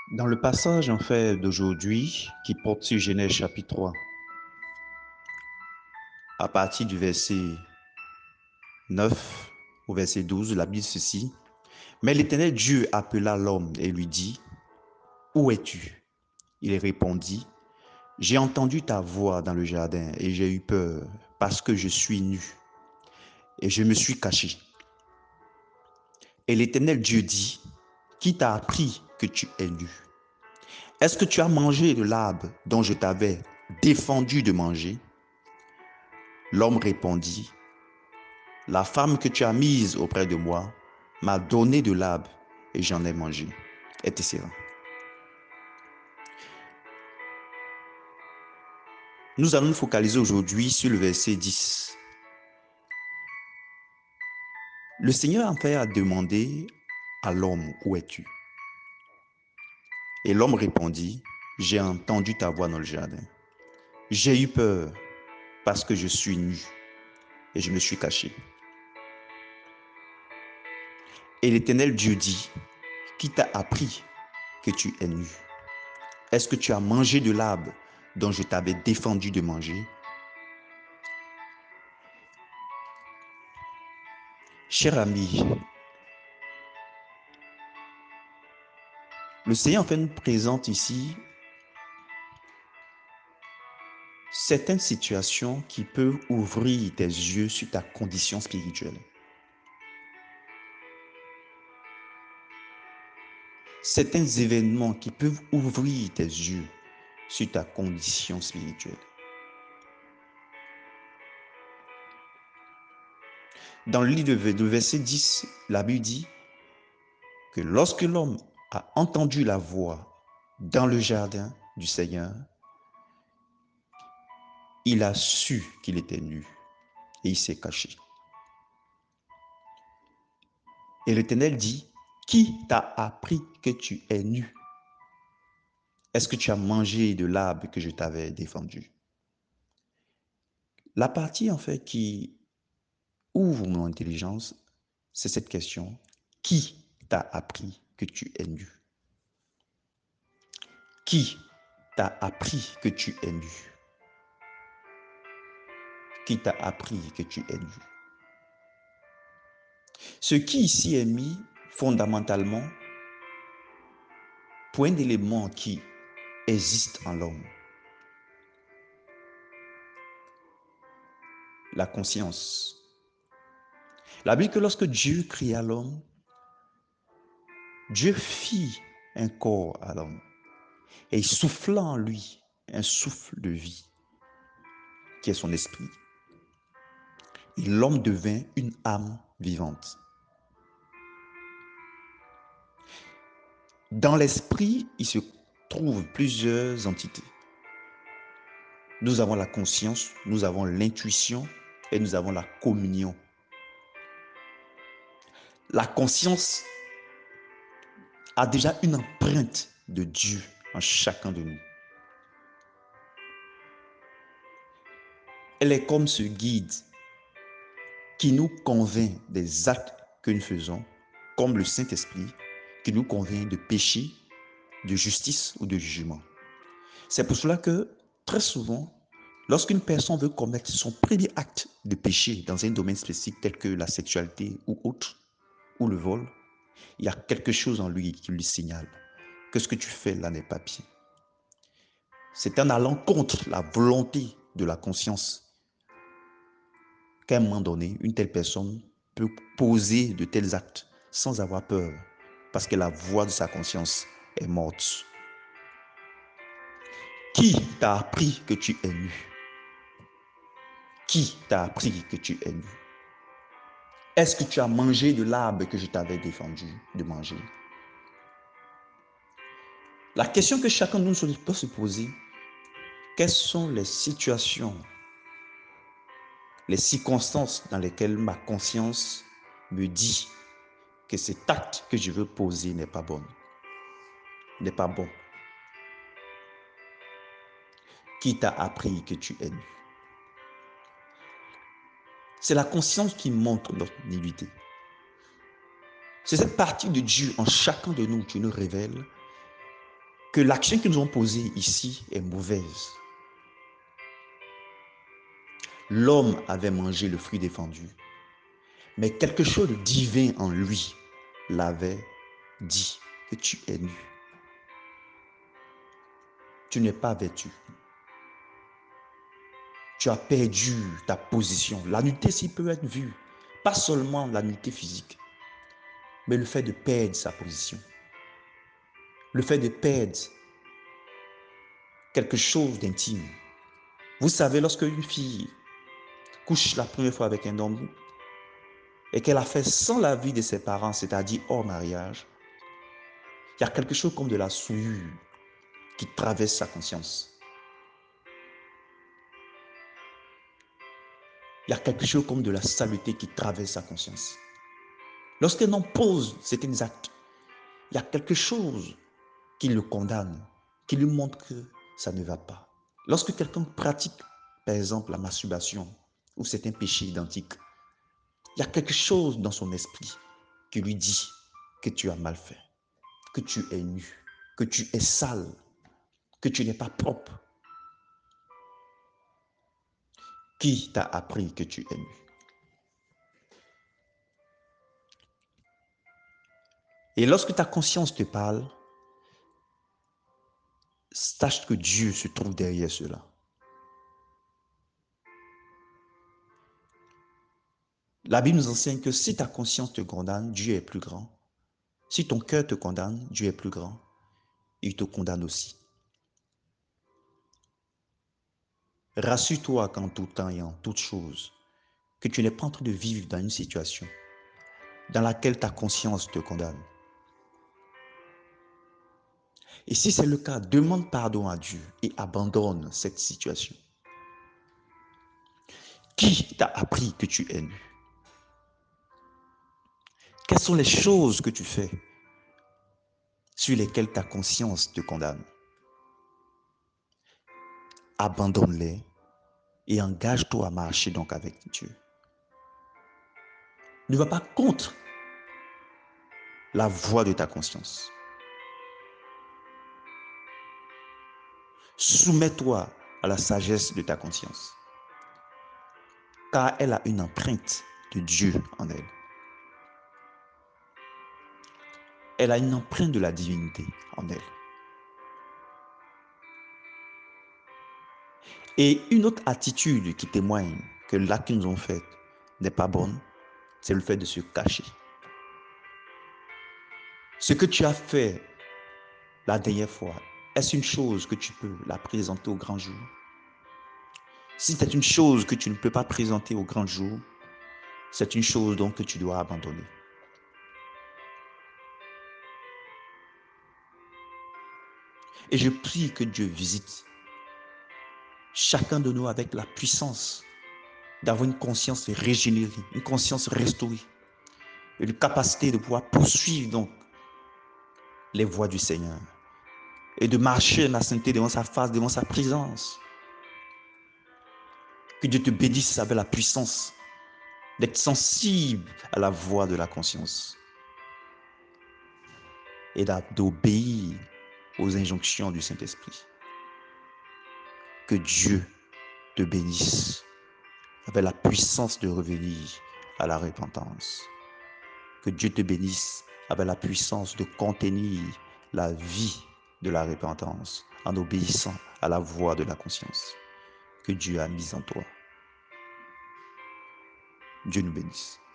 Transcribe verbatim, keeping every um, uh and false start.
Dans le passage en fait d'aujourd'hui qui porte sur Genèse chapitre trois, à partir du verset neuf au verset douze, la Bible dit ceci. Mais l'Éternel Dieu appela l'homme et lui dit, où es-tu? Il répondit, j'ai entendu ta voix dans le jardin et j'ai eu peur parce que je suis nu et je me suis caché. Et l'Éternel Dieu dit, qui t'a appris que tu es nu? Est-ce que tu as mangé de l'arbre dont je t'avais défendu de manger? L'homme répondit, la femme que tu as mise auprès de moi m'a donné de l'arbre et j'en ai mangé, et cetera. Nous allons nous focaliser aujourd'hui sur le verset dix. Le Seigneur en fait a demandé à l'homme, où es-tu? Et l'homme répondit, j'ai entendu ta voix dans le jardin. J'ai eu peur parce que je suis nu et je me suis caché. Et l'Éternel Dieu dit, qui t'a appris que tu es nu? Est-ce que tu as mangé de l'arbre dont je t'avais défendu de manger? Cher ami, le Seigneur en fait nous présente ici certaines situations qui peuvent ouvrir tes yeux sur ta condition spirituelle. Certains événements qui peuvent ouvrir tes yeux sur ta condition spirituelle. Dans le livre de verset dix, la Bible dit que lorsque l'homme a entendu la voix dans le jardin du Seigneur, il a su qu'il était nu et il s'est caché. Et l'Éternel dit, qui t'a appris que tu es nu? Est-ce que tu as mangé de l'arbre que je t'avais défendu? La partie en fait qui ouvre mon intelligence, c'est cette question. Qui t'a appris que tu es nu? Qui t'a appris que tu es nu? Qui t'a appris que tu es nu? Ce qui ici est mis fondamentalement pour un élément qui existe en l'homme. La conscience. La Bible dit que lorsque Dieu créa l'homme, Dieu fit un corps à l'homme et il souffla en lui un souffle de vie qui est son esprit. Et l'homme devint une âme vivante. Dans l'esprit, il se trouve plusieurs entités. Nous avons la conscience, nous avons l'intuition et nous avons la communion. La conscience a déjà une empreinte de Dieu en chacun de nous. Elle est comme ce guide qui nous convainc des actes que nous faisons, comme le Saint-Esprit qui nous convainc de péché, de justice ou de jugement. C'est pour cela que très souvent, lorsqu'une personne veut commettre son premier acte de péché dans un domaine spécifique tel que la sexualité ou autre, ou le vol, il y a quelque chose en lui qui lui signale que ce que tu fais là n'est pas bien. C'est en allant contre la volonté de la conscience qu'à un moment donné, une telle personne peut poser de tels actes sans avoir peur, parce que la voix de sa conscience est morte. Qui t'a appris que tu es nu? Qui t'a appris que tu es nu? Est-ce que tu as mangé de l'arbre que je t'avais défendu de manger? La question que chacun de nous peut se poser, quelles sont les situations, les circonstances dans lesquelles ma conscience me dit que cet acte que je veux poser n'est pas bon, n'est pas bon? Qui t'a appris que tu es nu? C'est la conscience qui montre notre nudité. C'est cette partie de Dieu en chacun de nous qui nous révèle que l'action que nous avons posée ici est mauvaise. L'homme avait mangé le fruit défendu, mais quelque chose de divin en lui l'avait dit que tu es nu. Tu n'es pas vêtu. Tu as perdu ta position. La nudité, s'il peut être vue, pas seulement la nudité physique, mais le fait de perdre sa position. Le fait de perdre quelque chose d'intime. Vous savez, lorsque une fille couche la première fois avec un homme et qu'elle a fait sans l'avis de ses parents, c'est-à-dire hors mariage, il y a quelque chose comme de la souillure qui traverse sa conscience. Il y a quelque chose comme de la saleté qui traverse sa conscience. Lorsqu'un homme pose certains actes, il y a quelque chose qui le condamne, qui lui montre que ça ne va pas. Lorsque quelqu'un pratique, par exemple, la masturbation ou certains péchés identiques, il y a quelque chose dans son esprit qui lui dit que tu as mal fait, que tu es nu, que tu es sale, que tu n'es pas propre. Qui t'a appris que tu es nu? Et lorsque ta conscience te parle, sache que Dieu se trouve derrière cela. La Bible nous enseigne que si ta conscience te condamne, Dieu est plus grand. Si ton cœur te condamne, Dieu est plus grand. Il te condamne aussi. Rassure-toi qu'en tout temps et en toute chose, que tu n'es pas en train de vivre dans une situation dans laquelle ta conscience te condamne. Et si c'est le cas, demande pardon à Dieu et abandonne cette situation. Qui t'a appris que tu es nu? Quelles sont les choses que tu fais sur lesquelles ta conscience te condamne? Abandonne-les et engage-toi à marcher donc avec Dieu. Ne va pas contre la voix de ta conscience. Soumets-toi à la sagesse de ta conscience, car elle a une empreinte de Dieu en elle. Elle a une empreinte de la divinité en elle. Et une autre attitude qui témoigne que l'acte que nous avons fait n'est pas bonne, c'est le fait de se cacher. Ce que tu as fait la dernière fois, est-ce une chose que tu peux la présenter au grand jour? Si c'est une chose que tu ne peux pas présenter au grand jour, c'est une chose donc que tu dois abandonner. Et je prie que Dieu visite chacun de nous avec la puissance d'avoir une conscience régénérée, une conscience restaurée, et une capacité de pouvoir poursuivre donc les voies du Seigneur et de marcher dans la sainteté devant sa face, devant sa présence. Que Dieu te bénisse avec la puissance d'être sensible à la voix de la conscience et d'obéir aux injonctions du Saint-Esprit. Que Dieu te bénisse avec la puissance de revenir à la repentance. Que Dieu te bénisse avec la puissance de contenir la vie de la repentance en obéissant à la voix de la conscience que Dieu a mise en toi. Dieu nous bénisse.